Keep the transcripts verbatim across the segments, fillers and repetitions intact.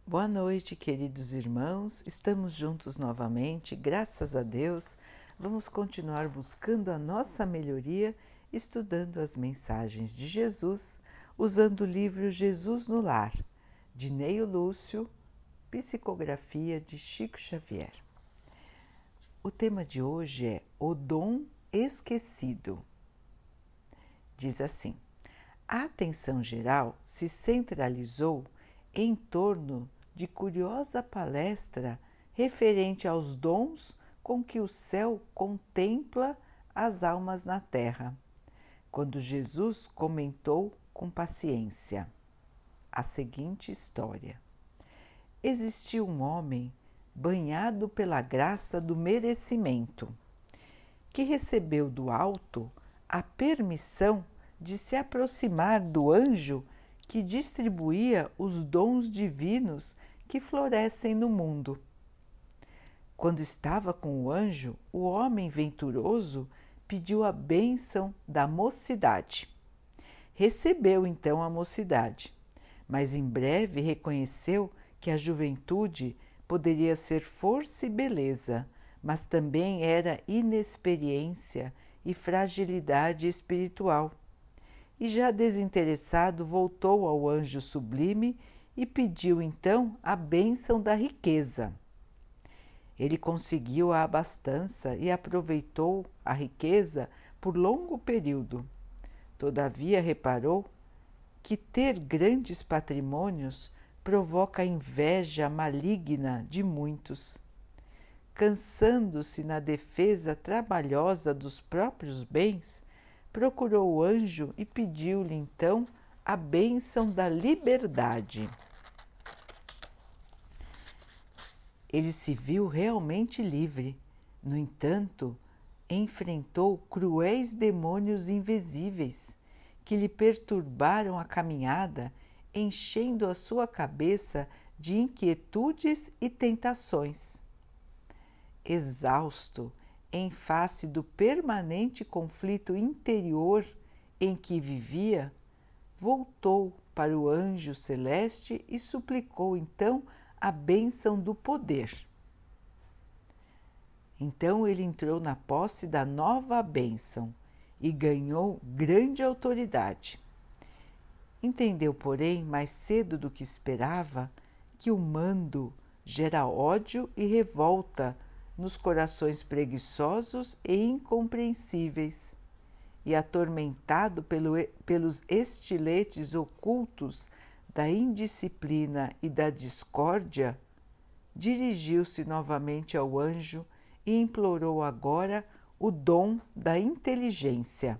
Boa noite, queridos irmãos. Estamos juntos novamente, graças a Deus. Vamos continuar buscando a nossa melhoria, estudando as mensagens de Jesus, usando o livro Jesus no Lar, de Neio Lúcio, psicografia de Chico Xavier. O tema de hoje é o dom esquecido. Diz assim: a atenção geral se centralizou em torno de curiosa palestra referente aos dons com que o céu contempla as almas na terra, quando Jesus comentou com paciência a seguinte história. Existiu um homem banhado pela graça do merecimento, que recebeu do alto a permissão de se aproximar do anjo que distribuía os dons divinos que florescem no mundo. Quando estava com o anjo, o homem venturoso pediu a bênção da mocidade. Recebeu então a mocidade, mas em breve reconheceu que a juventude poderia ser força e beleza, mas também era inexperiência e fragilidade espiritual. E já desinteressado voltou ao anjo sublime e pediu então a bênção da riqueza. Ele conseguiu a abastança e aproveitou a riqueza por longo período. Todavia reparou que ter grandes patrimônios provoca a inveja maligna de muitos. Cansando-se na defesa trabalhosa dos próprios bens, procurou o anjo e pediu-lhe então a bênção da liberdade. Ele se viu realmente livre. No entanto, enfrentou cruéis demônios invisíveis que lhe perturbaram a caminhada, enchendo a sua cabeça de inquietudes e tentações. Exausto, em face do permanente conflito interior em que vivia, voltou para o anjo celeste e suplicou então a bênção do poder. Então ele entrou na posse da nova bênção e ganhou grande autoridade. Entendeu, porém, mais cedo do que esperava, que o mando gera ódio e revolta nos corações preguiçosos e incompreensíveis, e atormentado pelo, pelos estiletes ocultos da indisciplina e da discórdia, dirigiu-se novamente ao anjo e implorou agora o dom da inteligência.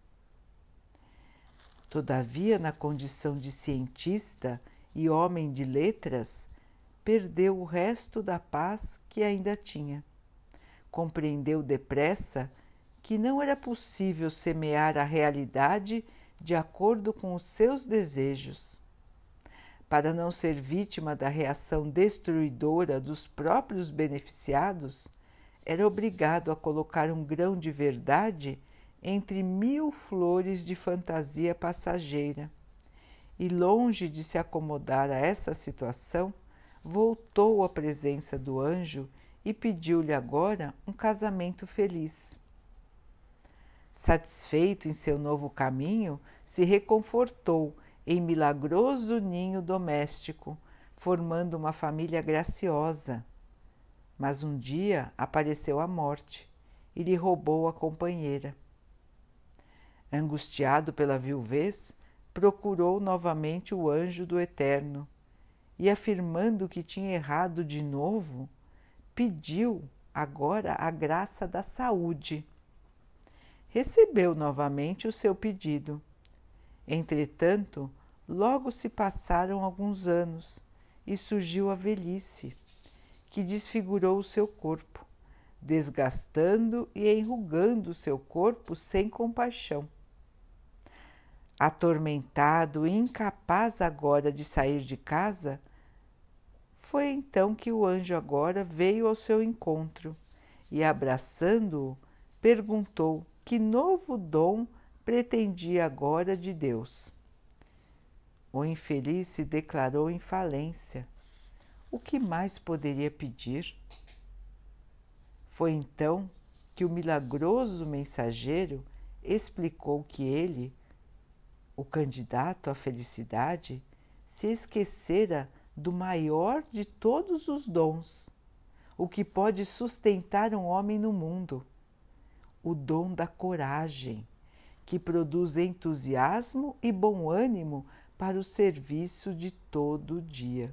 Todavia, na condição de cientista e homem de letras, perdeu o resto da paz que ainda tinha. Compreendeu depressa que não era possível semear a realidade de acordo com os seus desejos. Para não ser vítima da reação destruidora dos próprios beneficiados, era obrigado a colocar um grão de verdade entre mil flores de fantasia passageira. E, longe de se acomodar a essa situação, voltou à presença do anjo e pediu-lhe agora um casamento feliz. Satisfeito em seu novo caminho, se reconfortou em milagroso ninho doméstico, formando uma família graciosa. Mas um dia apareceu a morte e lhe roubou a companheira. Angustiado pela viuvez, procurou novamente o anjo do Eterno e, afirmando que tinha errado de novo, pediu agora a graça da saúde. Recebeu novamente o seu pedido. Entretanto, logo se passaram alguns anos e surgiu a velhice, que desfigurou o seu corpo, desgastando e enrugando o seu corpo sem compaixão. Atormentado e incapaz agora de sair de casa, foi então que o anjo agora veio ao seu encontro e, abraçando-o, perguntou que novo dom pretendia agora de Deus. O infeliz se declarou em falência. o que mais poderia pedir? Foi então que o milagroso mensageiro explicou que ele, o candidato à felicidade, se esquecera do maior de todos os dons, o que pode sustentar um homem no mundo, o dom da coragem, que produz entusiasmo e bom ânimo para o serviço de todo o dia.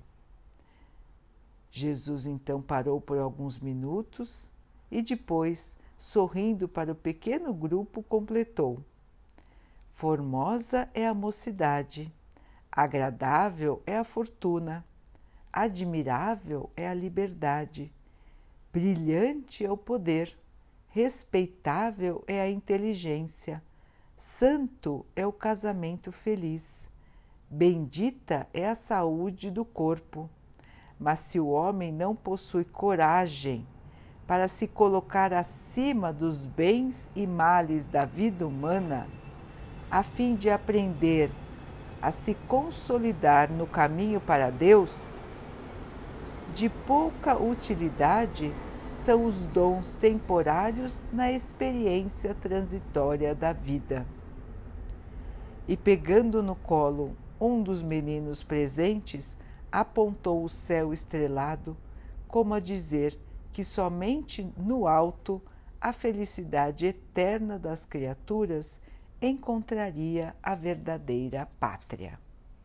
Jesus então parou por alguns minutos e depois, sorrindo para o pequeno grupo, completou: formosa é a mocidade, agradável é a fortuna, admirável é a liberdade, brilhante é o poder, respeitável é a inteligência, santo é o casamento feliz, bendita é a saúde do corpo. Mas se o homem não possui coragem para se colocar acima dos bens e males da vida humana, a fim de aprender a se consolidar no caminho para Deus, de pouca utilidade são os dons temporários na experiência transitória da vida. E pegando no colo um dos meninos presentes, apontou o céu estrelado, como a dizer que somente no alto a felicidade eterna das criaturas encontraria a verdadeira pátria.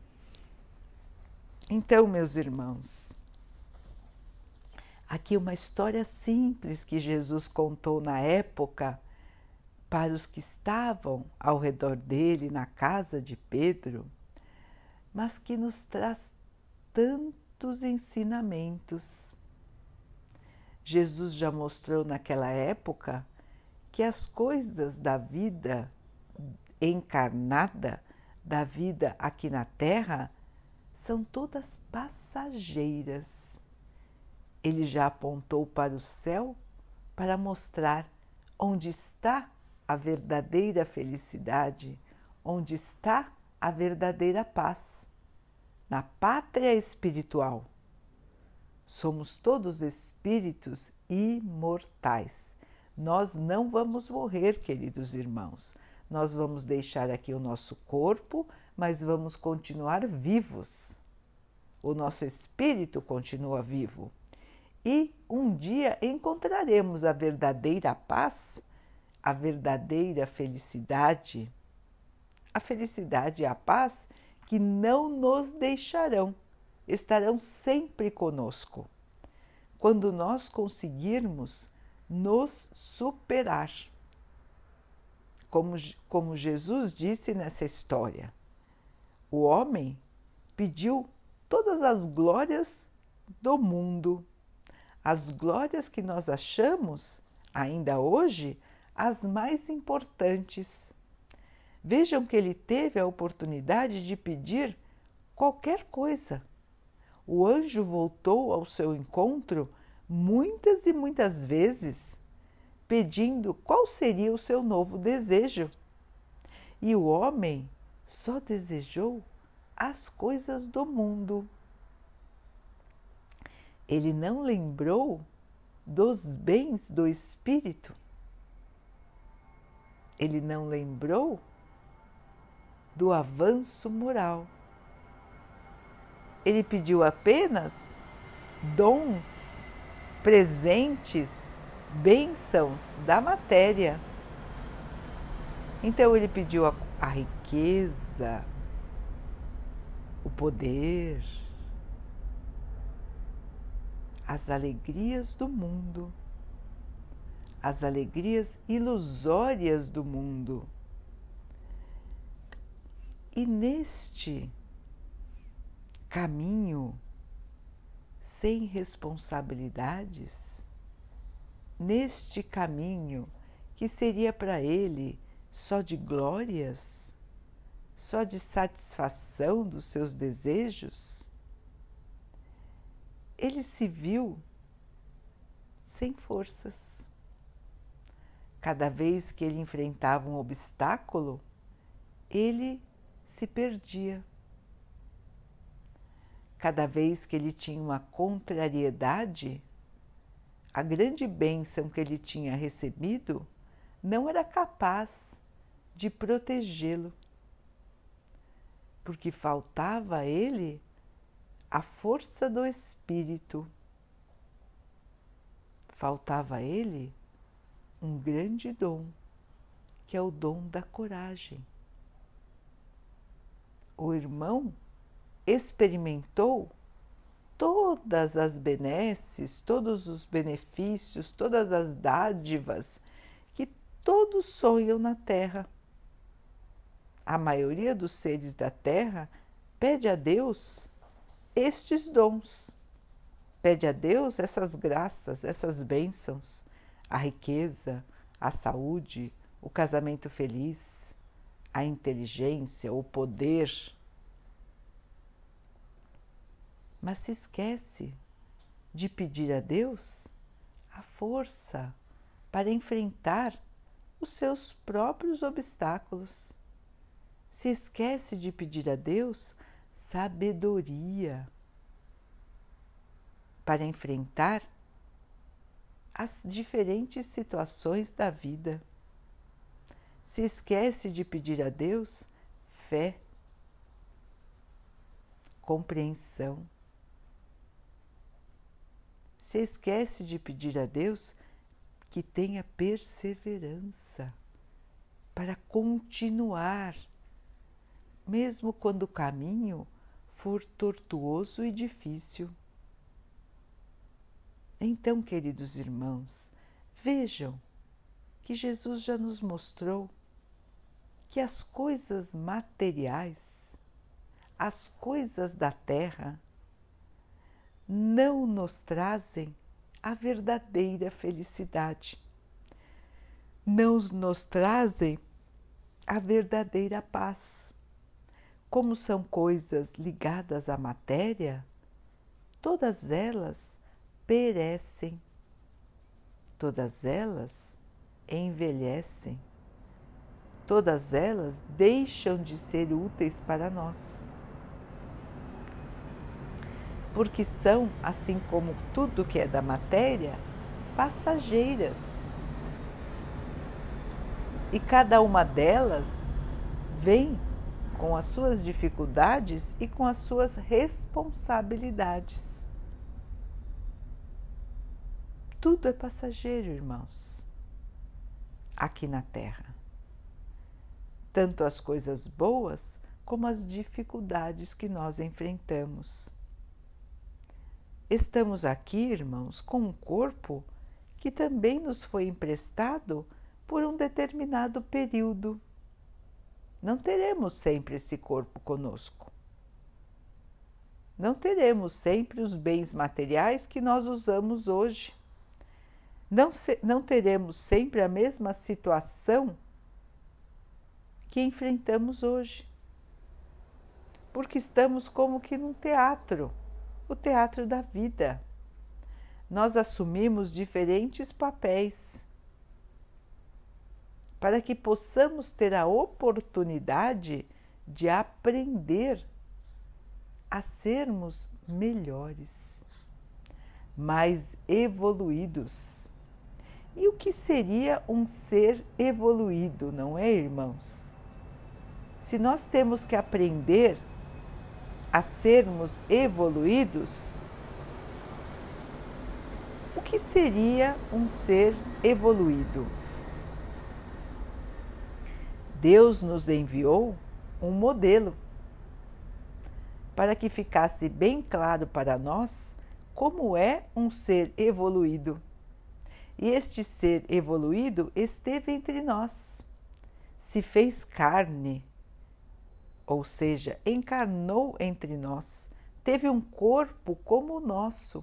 Então, meus irmãos, aqui uma história simples que Jesus contou na época para os que estavam ao redor dele na casa de Pedro, mas que nos traz tantos ensinamentos. Jesus já mostrou naquela época que as coisas da vida encarnada, da vida aqui na Terra, são todas passageiras. Ele já apontou para o céu para mostrar onde está a verdadeira felicidade, onde está a verdadeira paz, na pátria espiritual. Somos todos espíritos imortais. Nós não vamos morrer, queridos irmãos. Nós vamos deixar aqui o nosso corpo, mas vamos continuar vivos. O nosso espírito continua vivo. E um dia encontraremos a verdadeira paz, a verdadeira felicidade. A felicidade e a paz que não nos deixarão, estarão sempre conosco, quando nós conseguirmos nos superar. Como, como Jesus disse nessa história, o homem pediu todas as glórias do mundo, as glórias que nós achamos, ainda hoje, as mais importantes. Vejam que ele teve a oportunidade de pedir qualquer coisa. O anjo voltou ao seu encontro muitas e muitas vezes, pedindo qual seria o seu novo desejo. E o homem só desejou as coisas do mundo. Ele não lembrou dos bens do espírito. Ele não lembrou do avanço moral. Ele pediu apenas dons, presentes, bênçãos da matéria. Então ele pediu a, a riqueza, o poder, as alegrias do mundo, as alegrias ilusórias do mundo. E neste caminho sem responsabilidades, neste caminho que seria para ele só de glórias, só de satisfação dos seus desejos, ele se viu sem forças. Cada vez que ele enfrentava um obstáculo, ele se perdia. cada vez que ele tinha uma contrariedade, a grande bênção que ele tinha recebido não era capaz de protegê-lo, porque faltava a ele a força do espírito, faltava a ele um grande dom, que é o dom da coragem. O irmão experimentou todas as benesses, todos os benefícios, todas as dádivas que todos sonham na terra. A maioria dos seres da terra pede a Deus estes dons, pede a Deus essas graças, essas bênçãos, a riqueza, a saúde, o casamento feliz, a inteligência, o poder. Mas se esquece de pedir a Deus a força para enfrentar os seus próprios obstáculos. Se esquece de pedir a Deus sabedoria para enfrentar as diferentes situações da vida. Se esquece de pedir a Deus fé, compreensão. Se esquece de pedir a Deus que tenha perseverança para continuar, mesmo quando o caminho for tortuoso e difícil. Então, queridos irmãos, vejam que Jesus já nos mostrou que as coisas materiais, as coisas da terra, não nos trazem a verdadeira felicidade, não nos trazem a verdadeira paz. Como são coisas ligadas à matéria, todas elas perecem, todas elas envelhecem, todas elas deixam de ser úteis para nós. Porque são, assim como tudo que é da matéria, passageiras. E cada uma delas vem com as suas dificuldades e com as suas responsabilidades. Tudo é passageiro, irmãos, aqui na Terra. Tanto as coisas boas como as dificuldades que nós enfrentamos. Estamos aqui, irmãos, com um corpo que também nos foi emprestado por um determinado período. Não teremos sempre esse corpo conosco. Não teremos sempre os bens materiais que nós usamos hoje. Não, se, não teremos sempre a mesma situação que enfrentamos hoje. Porque estamos como que num teatro, o teatro da vida. Nós assumimos diferentes papéis para que possamos ter a oportunidade de aprender a sermos melhores, mais evoluídos. E o que seria um ser evoluído, não é, irmãos? Se nós temos que aprender a sermos evoluídos, o que seria um ser evoluído? Deus nos enviou um modelo para que ficasse bem claro para nós como é um ser evoluído. E este ser evoluído esteve entre nós, se fez carne, ou seja, encarnou entre nós, teve um corpo como o nosso,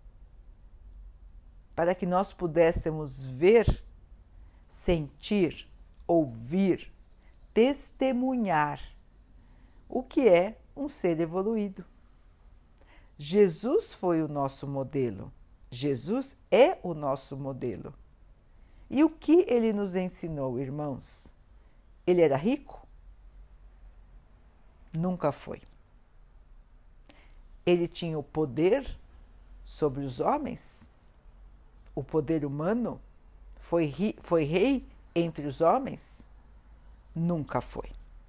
para que nós pudéssemos ver, sentir, ouvir, testemunhar o que é um ser evoluído. Jesus foi o nosso modelo. Jesus é o nosso modelo. E o que ele nos ensinou, irmãos? Ele era rico? Nunca foi. Ele tinha o poder sobre os homens? O poder humano? Foi, foi rei entre os homens? Nunca foi.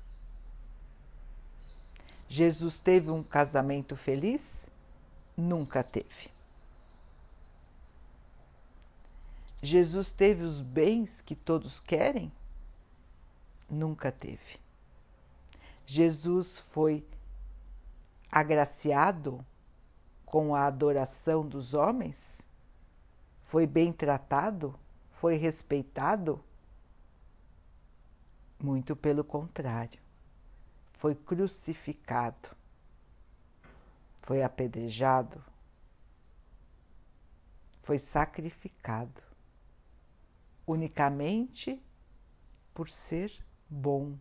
Jesus teve um casamento feliz? Nunca teve. Jesus teve os bens que todos querem? Nunca teve. Jesus foi agraciado com a adoração dos homens? Foi bem tratado? Foi respeitado? Muito pelo contrário. Foi crucificado, foi apedrejado, foi sacrificado, unicamente por ser bom.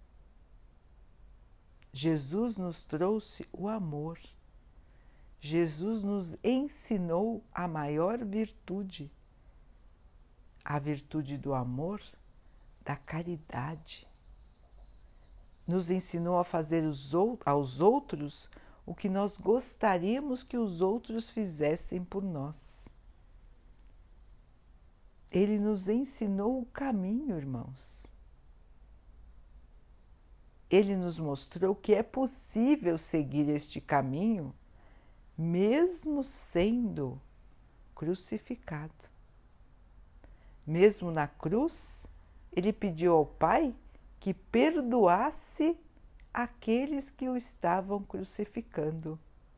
Jesus nos trouxe o amor. Jesus nos ensinou a maior virtude, a virtude do amor, da caridade. Nos ensinou a fazer aos outros o que nós gostaríamos que os outros fizessem por nós. Ele nos ensinou o caminho, irmãos. Ele nos mostrou que é possível seguir este caminho, mesmo sendo crucificado. Mesmo na cruz, ele pediu ao Pai que perdoasse aqueles que o estavam crucificando.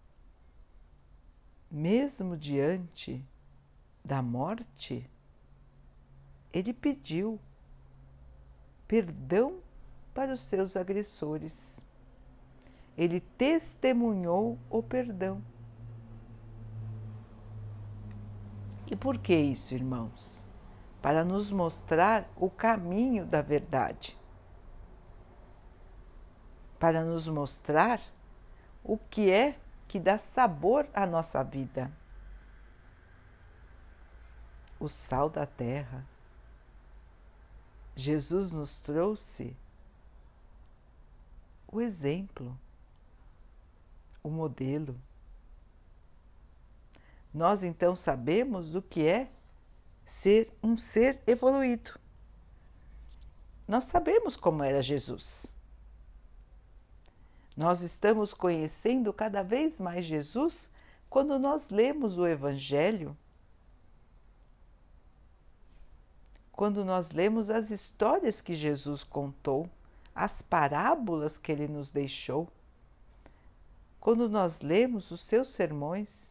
Mesmo diante da morte, ele pediu perdão para os seus agressores. Ele testemunhou o perdão. E por que isso, irmãos? Para nos mostrar o caminho da verdade. Para nos mostrar o que é que dá sabor à nossa vida. O sal da terra. Jesus nos trouxe o exemplo, o modelo. Nós então sabemos o que é ser um ser evoluído. Nós sabemos como era Jesus. Nós estamos conhecendo cada vez mais Jesus quando nós lemos o Evangelho, quando nós lemos as histórias que Jesus contou, as parábolas que ele nos deixou, quando nós lemos os seus sermões.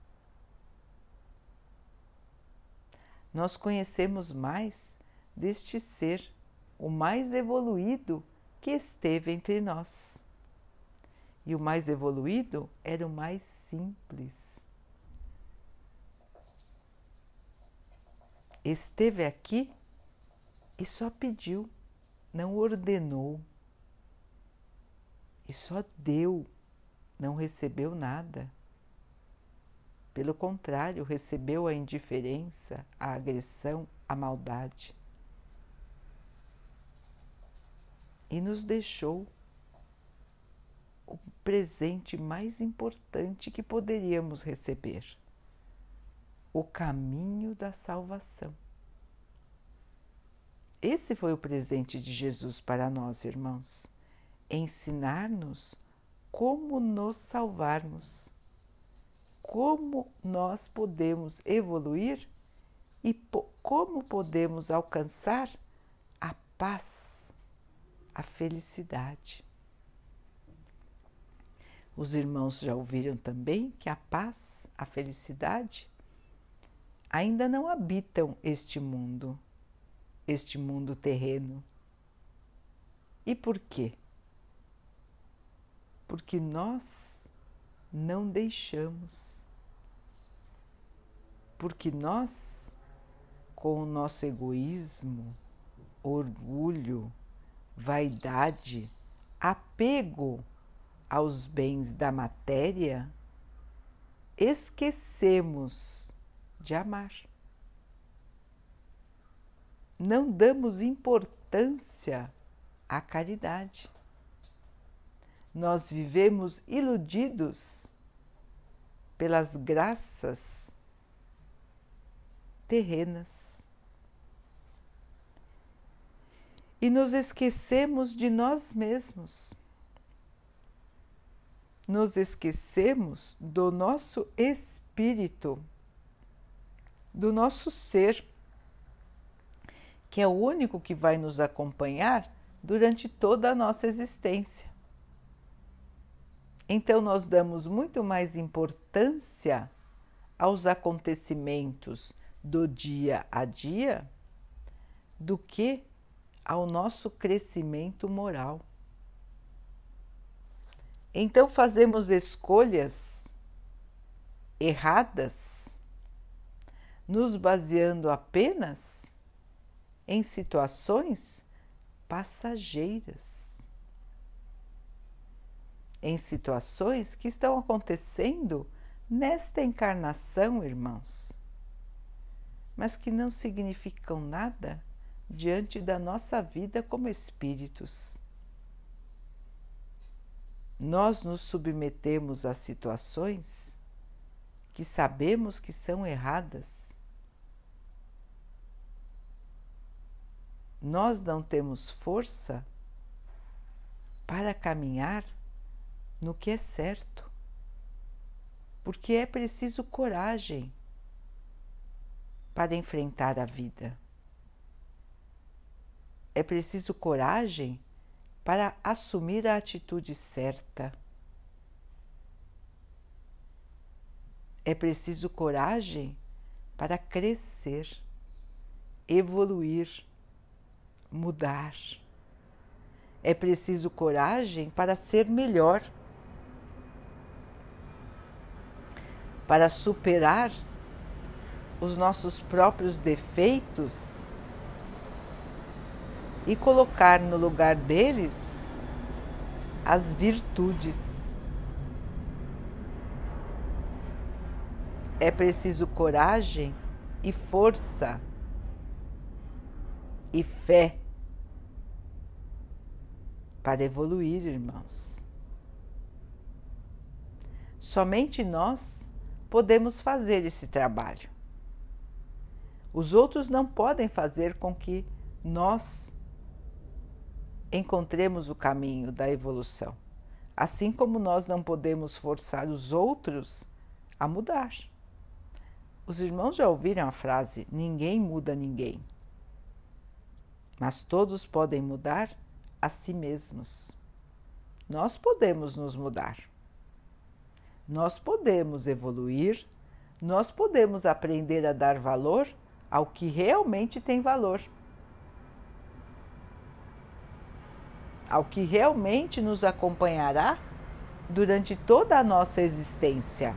Nós conhecemos mais deste ser, o mais evoluído que esteve entre nós. E o mais evoluído era o mais simples. Esteve aqui e só pediu, não ordenou. E só deu, não recebeu nada. Pelo contrário, recebeu a indiferença, a agressão, a maldade. E nos deixou o presente mais importante que poderíamos receber: o caminho da salvação. Esse foi o presente de Jesus para nós, irmãos, ensinar-nos como nos salvarmos, como nós podemos evoluir e po- como podemos alcançar a paz, a felicidade. Os irmãos já ouviram também que a paz, a felicidade, ainda não habitam este mundo, este mundo terreno. E por quê? Porque nós não deixamos. Porque nós, com o nosso egoísmo, orgulho, vaidade, apego aos bens da matéria, esquecemos de amar. Não damos importância à caridade. Nós vivemos iludidos pelas graças terrenas. E nos esquecemos de nós mesmos. Nos esquecemos do nosso espírito, do nosso ser, que é o único que vai nos acompanhar durante toda a nossa existência. Então, nós damos muito mais importância aos acontecimentos do dia a dia do que ao nosso crescimento moral. Então, fazemos escolhas erradas, nos baseando apenas em situações passageiras, em situações que estão acontecendo nesta encarnação, irmãos, mas que não significam nada diante da nossa vida como espíritos. Nós nos submetemos a situações que sabemos que são erradas. Nós não temos força para caminhar no que é certo, porque é preciso coragem para enfrentar a vida. É preciso coragem para assumir a atitude certa. É preciso coragem para crescer, evoluir, mudar. É preciso coragem para ser melhor, para superar os nossos próprios defeitos e colocar no lugar deles as virtudes. É preciso coragem e força e fé para evoluir, irmãos. Somente nós podemos fazer esse trabalho. Os outros não podem fazer com que nós encontremos o caminho da evolução, assim como nós não podemos forçar os outros a mudar. Os irmãos já ouviram a frase: ninguém muda ninguém, mas todos podem mudar a si mesmos. Nós podemos nos mudar, nós podemos evoluir, nós podemos aprender a dar valor ao que realmente tem valor, ao que realmente nos acompanhará durante toda a nossa existência.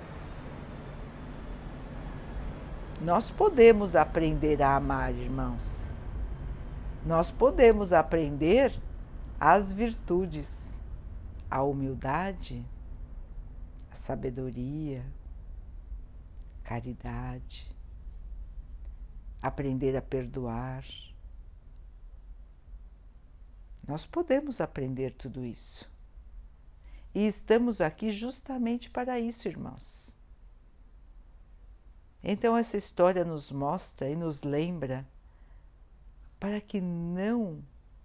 Nós podemos aprender a amar, irmãos. Nós podemos aprender as virtudes, a humildade, a sabedoria, caridade, aprender a perdoar. Nós podemos aprender tudo isso. E estamos aqui justamente para isso, irmãos. Então, essa história nos mostra e nos lembra para que não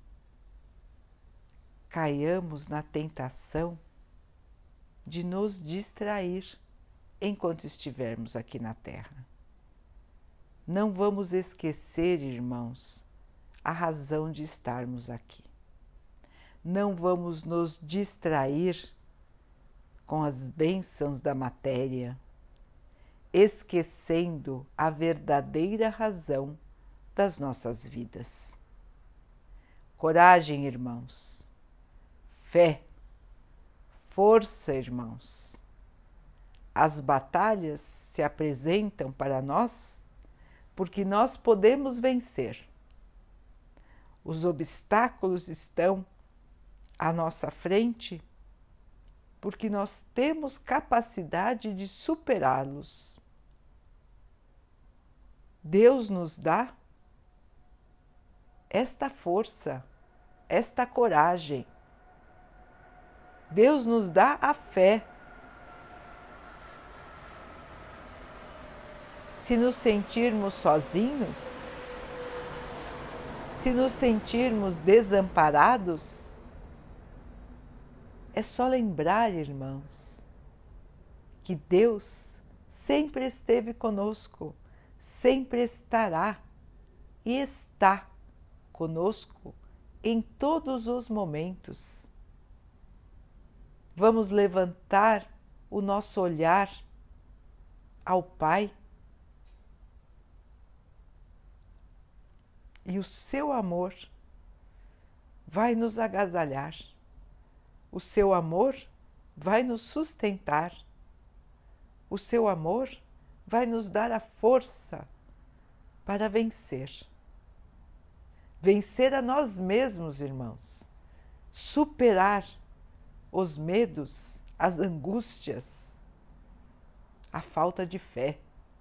caiamos na tentação de nos distrair enquanto estivermos aqui na Terra. Não vamos esquecer, irmãos, a razão de estarmos aqui. Não vamos nos distrair com as bênçãos da matéria, esquecendo a verdadeira razão das nossas vidas. Coragem, irmãos, fé, força, irmãos. As batalhas se apresentam para nós porque nós podemos vencer. Os obstáculos estão à nossa frente porque nós temos capacidade de superá-los. Deus nos dá esta força, esta coragem. Deus nos dá a fé. Se nos sentirmos sozinhos, se nos sentirmos desamparados, é só lembrar, irmãos, que Deus sempre esteve conosco, sempre estará e está conosco em todos os momentos. Vamos levantar o nosso olhar ao Pai e o seu amor vai nos agasalhar, o seu amor vai nos sustentar, o seu amor vai nos dar a força para vencer. Vencer a nós mesmos, irmãos, superar os medos, as angústias, a falta de fé,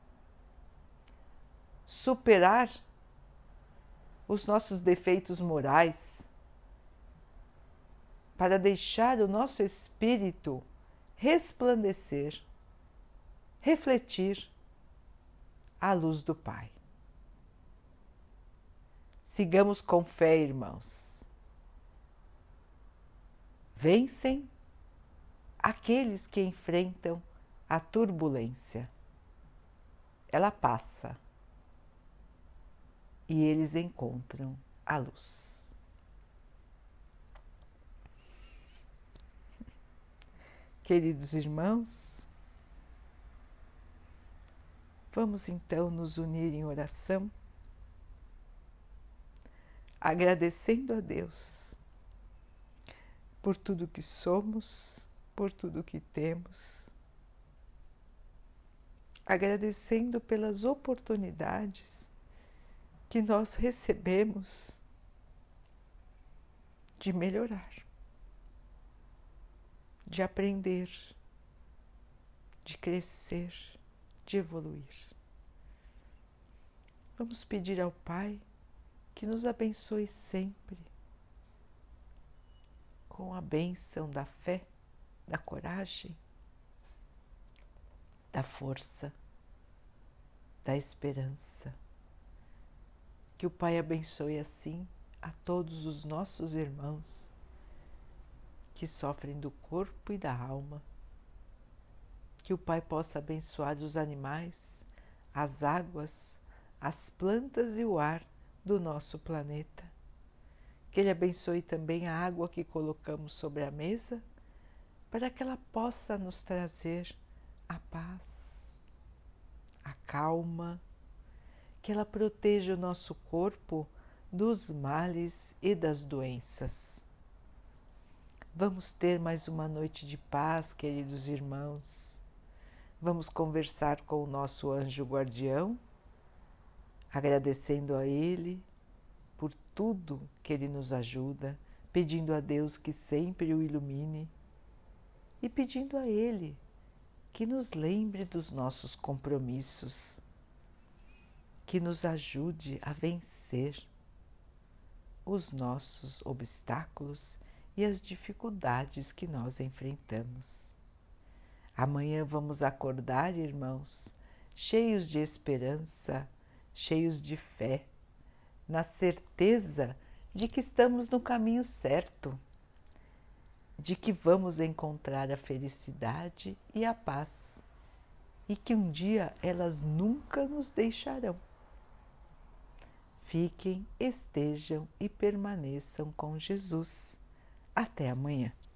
superar os nossos defeitos morais, para deixar o nosso espírito resplandecer, refletir a luz do Pai. Sigamos com fé, irmãos. Vencem aqueles que enfrentam a turbulência. Ela passa e eles encontram a luz. Queridos irmãos, vamos então nos unir em oração, agradecendo a Deus por tudo que somos, por tudo que temos, agradecendo pelas oportunidades que nós recebemos de melhorar, de aprender, de crescer, de evoluir. Vamos pedir ao Pai que nos abençoe sempre com a bênção da fé, da coragem, da força, da esperança. Que o Pai abençoe assim a todos os nossos irmãos que sofrem do corpo e da alma. Que o Pai possa abençoar os animais, as águas, as plantas e o ar do nosso planeta. Que Ele abençoe também a água que colocamos sobre a mesa, para que ela possa nos trazer a paz, a calma, que ela proteja o nosso corpo dos males e das doenças. Vamos ter mais uma noite de paz, queridos irmãos. Vamos conversar com o nosso anjo guardião, agradecendo a Ele por tudo que Ele nos ajuda, pedindo a Deus que sempre o ilumine e pedindo a Ele que nos lembre dos nossos compromissos, que nos ajude a vencer os nossos obstáculos e as dificuldades que nós enfrentamos. Amanhã vamos acordar, irmãos, cheios de esperança, cheios de fé, na certeza de que estamos no caminho certo, de que vamos encontrar a felicidade e a paz, e que um dia elas nunca nos deixarão. Fiquem, estejam e permaneçam com Jesus. Até amanhã.